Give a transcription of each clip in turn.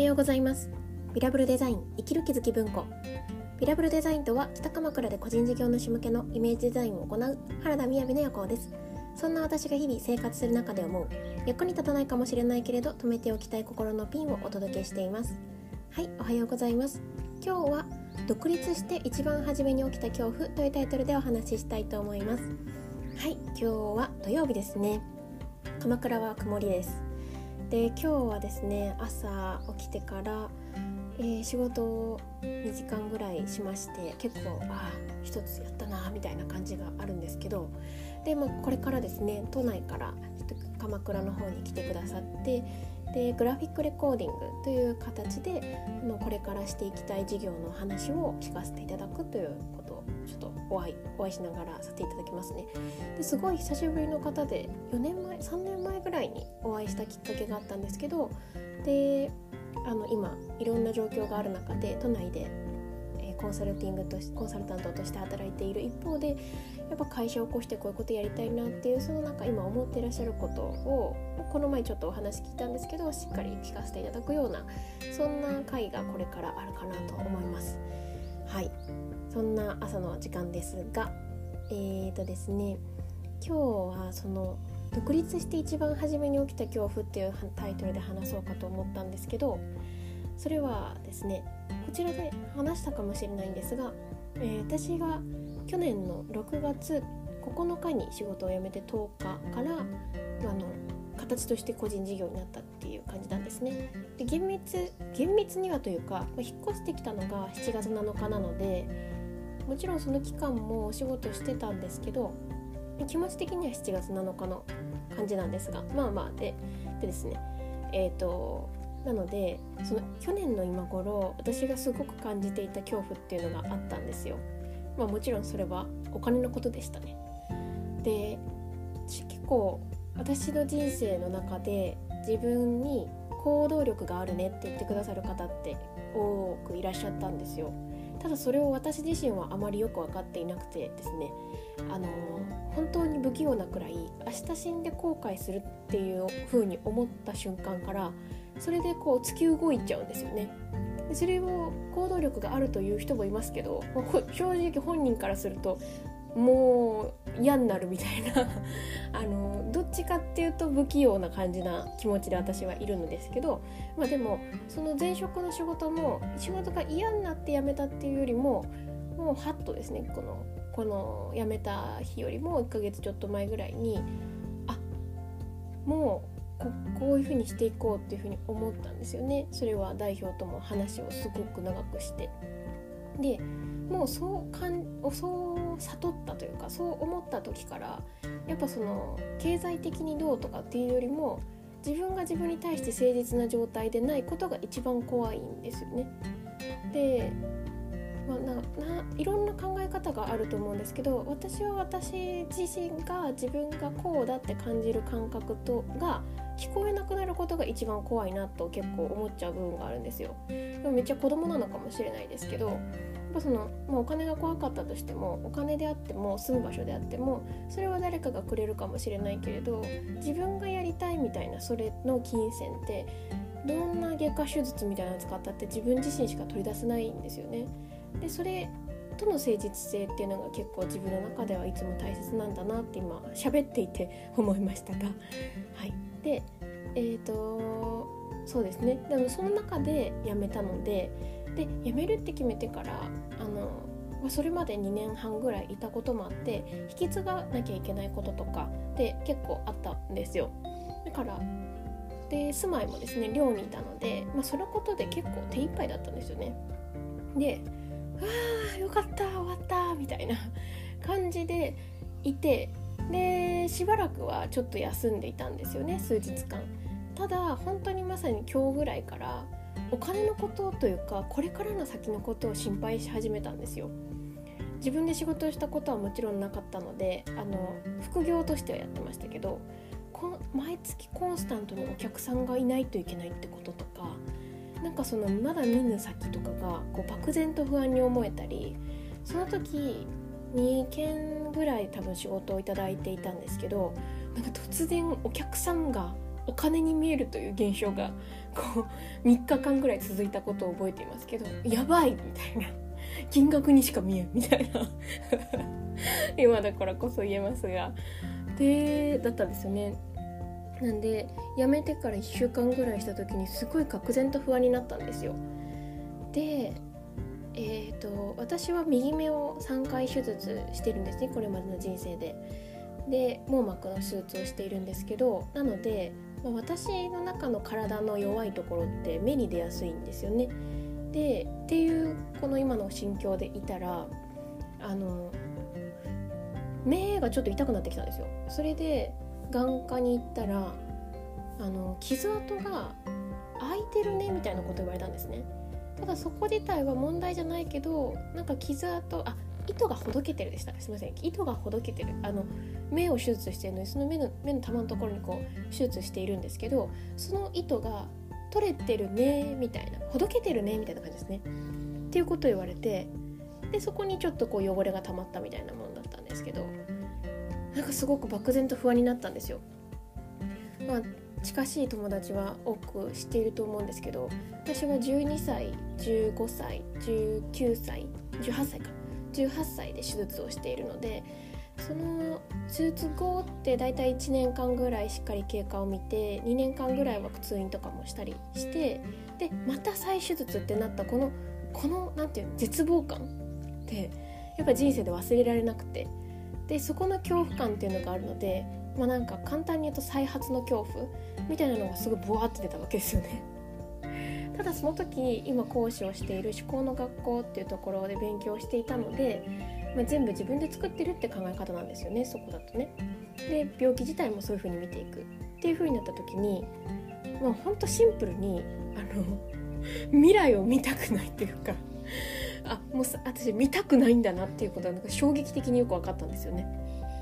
ようございます。ビラブルデザイン生きる気づき文庫。ビラブルデザインとは北鎌倉で個人事業主向けのイメージデザインを行う原田雅の予行です。そんな私が日々生活する中で思う役に立たないかもしれないけれど止めておきたい心のピンをお届けしています。はい、おはようございます。今日は独立して一番初めに起きた恐怖というタイトルでお話ししたいと思います。はい、今日は土曜日ですね。鎌倉は曇りです。で、今日はですね、朝起きてから、仕事を2時間ぐらいしまして、結構一つやったなみたいな感じがあるんですけど、で、これからですね、都内から鎌倉の方に来てくださって、でグラフィックレコーディングという形でこれからしていきたい事業の話を聞かせていただくということをちょっとお会いしながらさせていただきますね。ですごい久しぶりの方で3年前ぐらいにお会いしたきっかけがあったんですけど、で今いろんな状況がある中で都内でコンサルタントとして働いている一方で、やっぱ会社を起こしてこういうことやりたいなっていう、その今思っていらっしゃることをこの前ちょっとお話聞いたんですけど、しっかり聞かせていただくような、そんな回がこれからあるかなと思います。はい、そんな朝の時間ですが、ですね、今日はその独立して一番初めに起きた恐怖っていうタイトルで話そうかと思ったんですけど、それはですね、こちらで話したかもしれないんですが、私が去年の6月9日に仕事を辞めて10日から形として個人事業になったっていう感じなんですね。で、厳密にはというか、引っ越してきたのが7月7日なので、もちろんその期間もお仕事してたんですけど、気持ち的には7月7日の感じなんですが、でですね、なのでその去年の今頃私がすごく感じていた恐怖っていうのがあったんですよ。もちろんそれはお金のことでしたね。で、結構私の人生の中で自分に行動力があるねって言ってくださる方って多くいらっしゃったんですよ。ただそれを私自身はあまりよく分かっていなくてですね、本当に不器用なくらい明日死んで後悔するっていう風に思った瞬間からそれで突き動いちゃうんですよね。で、それを行動力があるという人もいますけど、正直本人からするともう嫌になるみたいなどっちかっていうと不器用な感じな気持ちで私はいるのですけど、でもその前職の仕事も仕事が嫌になって辞めたっていうよりも、もうハッとですね、この辞めた日よりも1ヶ月ちょっと前ぐらいにもうこういう風にしていこうっていう風に思ったんですよね。それは代表とも話をすごく長くして、でもうそう悟ったというか、そう思った時からやっぱその経済的にどうとかっていうよりも、自分が自分に対して誠実な状態でないことが一番怖いんですよね。で、いろんな考え方があると思うんですけど、私は私自身が自分がこうだって感じる感覚が聞こえなくなることが一番怖いなと結構思っちゃう部分があるんですよ。でもめっちゃ子供なのかもしれないですけど、やっぱお金が怖かったとしても、お金であっても住む場所であっても、それは誰かがくれるかもしれないけれど、自分がやりたいみたいなそれの金銭ってどんな外科手術みたいなのを使ったって自分自身しか取り出せないんですよね。で、それとの誠実性っていうのが結構自分の中ではいつも大切なんだなって今喋っていて思いましたが、はい。で、そうですね。でもその中で辞めたので、辞めるって決めてからそれまで2年半ぐらいいたこともあって、引き継がなきゃいけないこととかで結構あったんですよ。だからで、住まいもですね寮にいたので、そのことで結構手一杯だったんですよね。で、よかった終わったみたいな感じでいて、でしばらくはちょっと休んでいたんですよね、数日間。ただ本当にまさに今日ぐらいからお金のことというか、これからの先のことを心配し始めたんですよ。自分で仕事をしたことはもちろんなかったので、副業としてはやってましたけど、毎月コンスタントにお客さんがいないといけないってこととか、まだ見ぬ先とかが漠然と不安に思えたり、その時2件ぐらい多分仕事をいただいていたんですけど、突然お客さんがお金に見えるという現象がこう3日間ぐらい続いたことを覚えていますけど、やばいみたいな、金額にしか見えんみたいな今だからこそ言えますが、だったんですよね。なんで辞めてから1週間ぐらいした時にすごい愕然と不安になったんですよ。で私は右目を3回手術してるんですね、これまでの人生で網膜の手術をしているんですけど、なので、私の中の体の弱いところって目に出やすいんですよね。でっていうこの今の心境でいたら目がちょっと痛くなってきたんですよ。それで眼科に行ったら傷跡が開いてるねみたいなこと言われたんですね。ただそこ自体は問題じゃないけど、なんか傷跡糸がほどけてるでした。すみません、糸がほどけてる、目を手術してるのに、その目の玉のところにこう手術しているんですけど、その糸が取れてるねみたいな、ほどけてるねみたいな感じですねっていうことを言われて、でそこにちょっとこう汚れが溜まったみたいなものだったんですけど、なんかすごく漠然と不安になったんですよ。近しい友達は多く知っていると思うんですけど、私は12歳、15歳、19歳、18歳で手術をしているので、その手術後ってだいたい1年間ぐらいしっかり経過を見て、2年間ぐらいは通院とかもしたりして、でまた再手術ってなったこのなんていうの、絶望感ってやっぱ人生で忘れられなくて、でそこの恐怖感っていうのがあるので、なんか簡単に言うと再発の恐怖みたいなのがすごいボワーって出たわけですよね。ただその時今講師をしている思考の学校っていうところで勉強していたので、全部自分で作ってるって考え方なんですよね、そこだとね。で病気自体もそういう風に見ていくっていう風になった時に、ほんとシンプルに未来を見たくないっていうか、もう私見たくないんだなっていうことはなんか衝撃的によく分かったんですよね。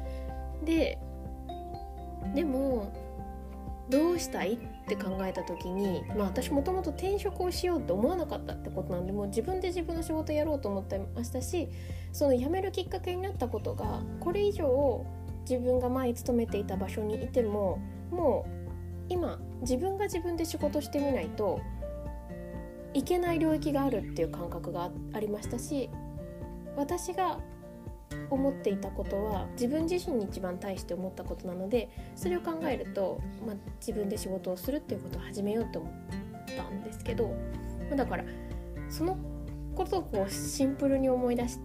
でもどうしたいって考えた時に、私もともと転職をしようって思わなかったってことなんで、もう自分で自分の仕事やろうと思ってましたし、その辞めるきっかけになったことが、これ以上自分が前勤めていた場所にいても、もう今自分が自分で仕事してみないといけない領域があるっていう感覚がありましたし、私が思っていたことは自分自身に一番対して思ったことなので、それを考えると、自分で仕事をするっていうことを始めようと思ったんですけど、だからそのことをこうシンプルに思い出して、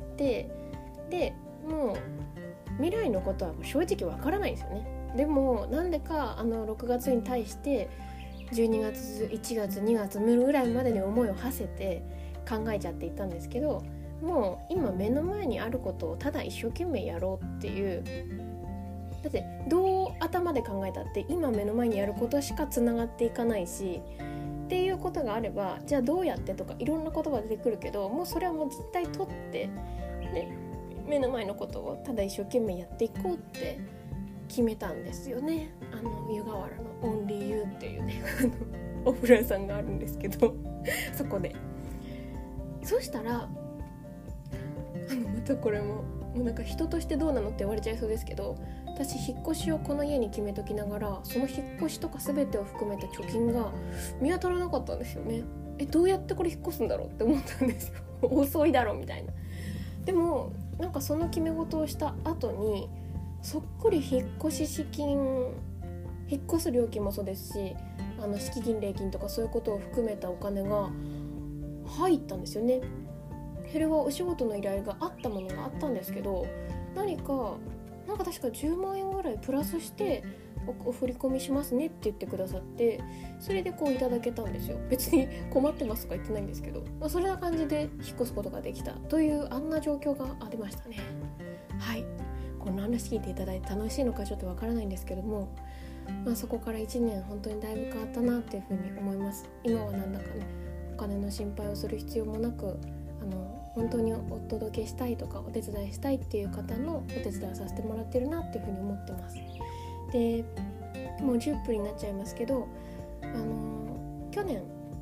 でもう未来のことは正直わからないんですよね。でもなんでか6月に対して12月1月2月ぐらいまでに思いを馳せて考えちゃっていたんですけど、もう今目の前にあることをただ一生懸命やろうっていう、だってどう頭で考えたって今目の前にやることしかつながっていかないしっていうことがあれば、じゃあどうやってとかいろんな言葉出てくるけど、もうそれはもう実態取ってで目の前のことをただ一生懸命やっていこうって決めたんですよね。湯河原のオンリーユーっていうねお風呂屋さんがあるんですけどそこでそしたらまたこれもうなんか人としてどうなのって言われちゃいそうですけど、私引っ越しをこの家に決めときながら、その引っ越しとか全てを含めた貯金が見当たらなかったんですよね。どうやってこれ引っ越すんだろうって思ったんですよ遅いだろみたいな。でもなんかその決め事をした後にそっくり引っ越し資金、引っ越す料金もそうですし、敷金礼金とかそういうことを含めたお金が入ったんですよね。それはお仕事の依頼があったものがあったんですけど、なんか確か10万円ぐらいプラスしてお振り込みしますねって言ってくださって、それでこういただけたんですよ。別に困ってますとか言ってないんですけど、それな感じで引っ越すことができたというあんな状況がありましたね。はい、この話聞いていただいて楽しいのかちょっとわからないんですけども、そこから1年本当にだいぶ変わったなっていうふうに思います。今はなんだかね、お金の心配をする必要もなく、本当にお届けしたいとかお手伝いしたいっていう方のお手伝いをさせてもらってるなっていうふうに思ってます。でもう10分になっちゃいますけど、去年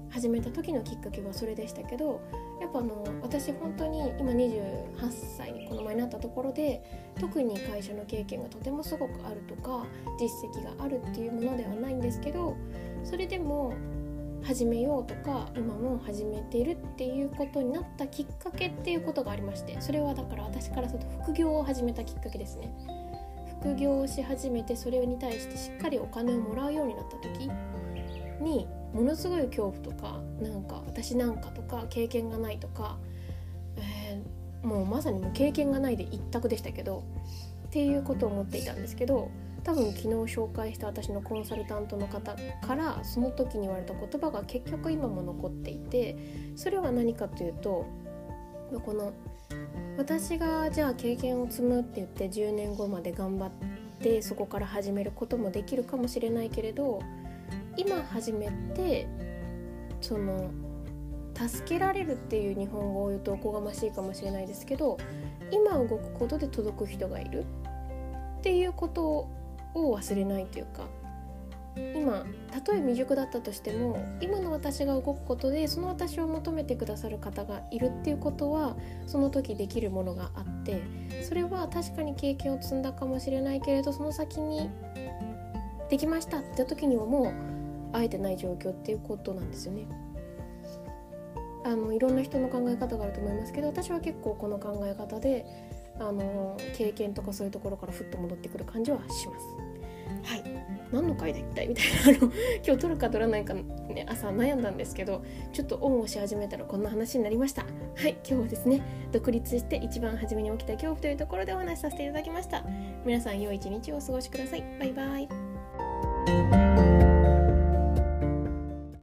始めた時のきっかけはそれでしたけど、やっぱ私本当に今28歳にこの前になったところで、特に会社の経験がとてもすごくあるとか実績があるっていうものではないんですけど、それでも始めようとか今も始めているっていうことになったきっかけっていうことがありまして、それはだから私からすると副業を始めたきっかけですね。副業をし始めて、それに対してしっかりお金をもらうようになった時にものすごい恐怖とか、なんか私なんかとか経験がないとか、もうまさにもう経験がないで一択でしたけどっていうことを思っていたんですけど、多分昨日紹介した私のコンサルタントの方からその時に言われた言葉が結局今も残っていて、それは何かというと、この私がじゃあ経験を積むって言って10年後まで頑張ってそこから始めることもできるかもしれないけれど、今始めてその助けられるっていう日本語を言うとおこがましいかもしれないですけど、今動くことで届く人がいるっていうことを忘れないというか、今たとえ未熟だったとしても今の私が動くことでその私を求めてくださる方がいるっていうことはその時できるものがあって、それは確かに経験を積んだかもしれないけれど、その先にできましたって時にはもう会えてない状況っていうことなんですよね。いろんな人の考え方があると思いますけど、私は結構この考え方で経験とかそういうところからふっと戻ってくる感じはします。はい、何の回だ一体みたいな今日撮るか撮らないかね、朝悩んだんですけど、ちょっとオンをし始めたらこんな話になりました。はい、今日はですね、独立して一番初めに起きた恐怖というところでお話しさせていただきました。皆さん良い一日をお過ごしください。バイバイ。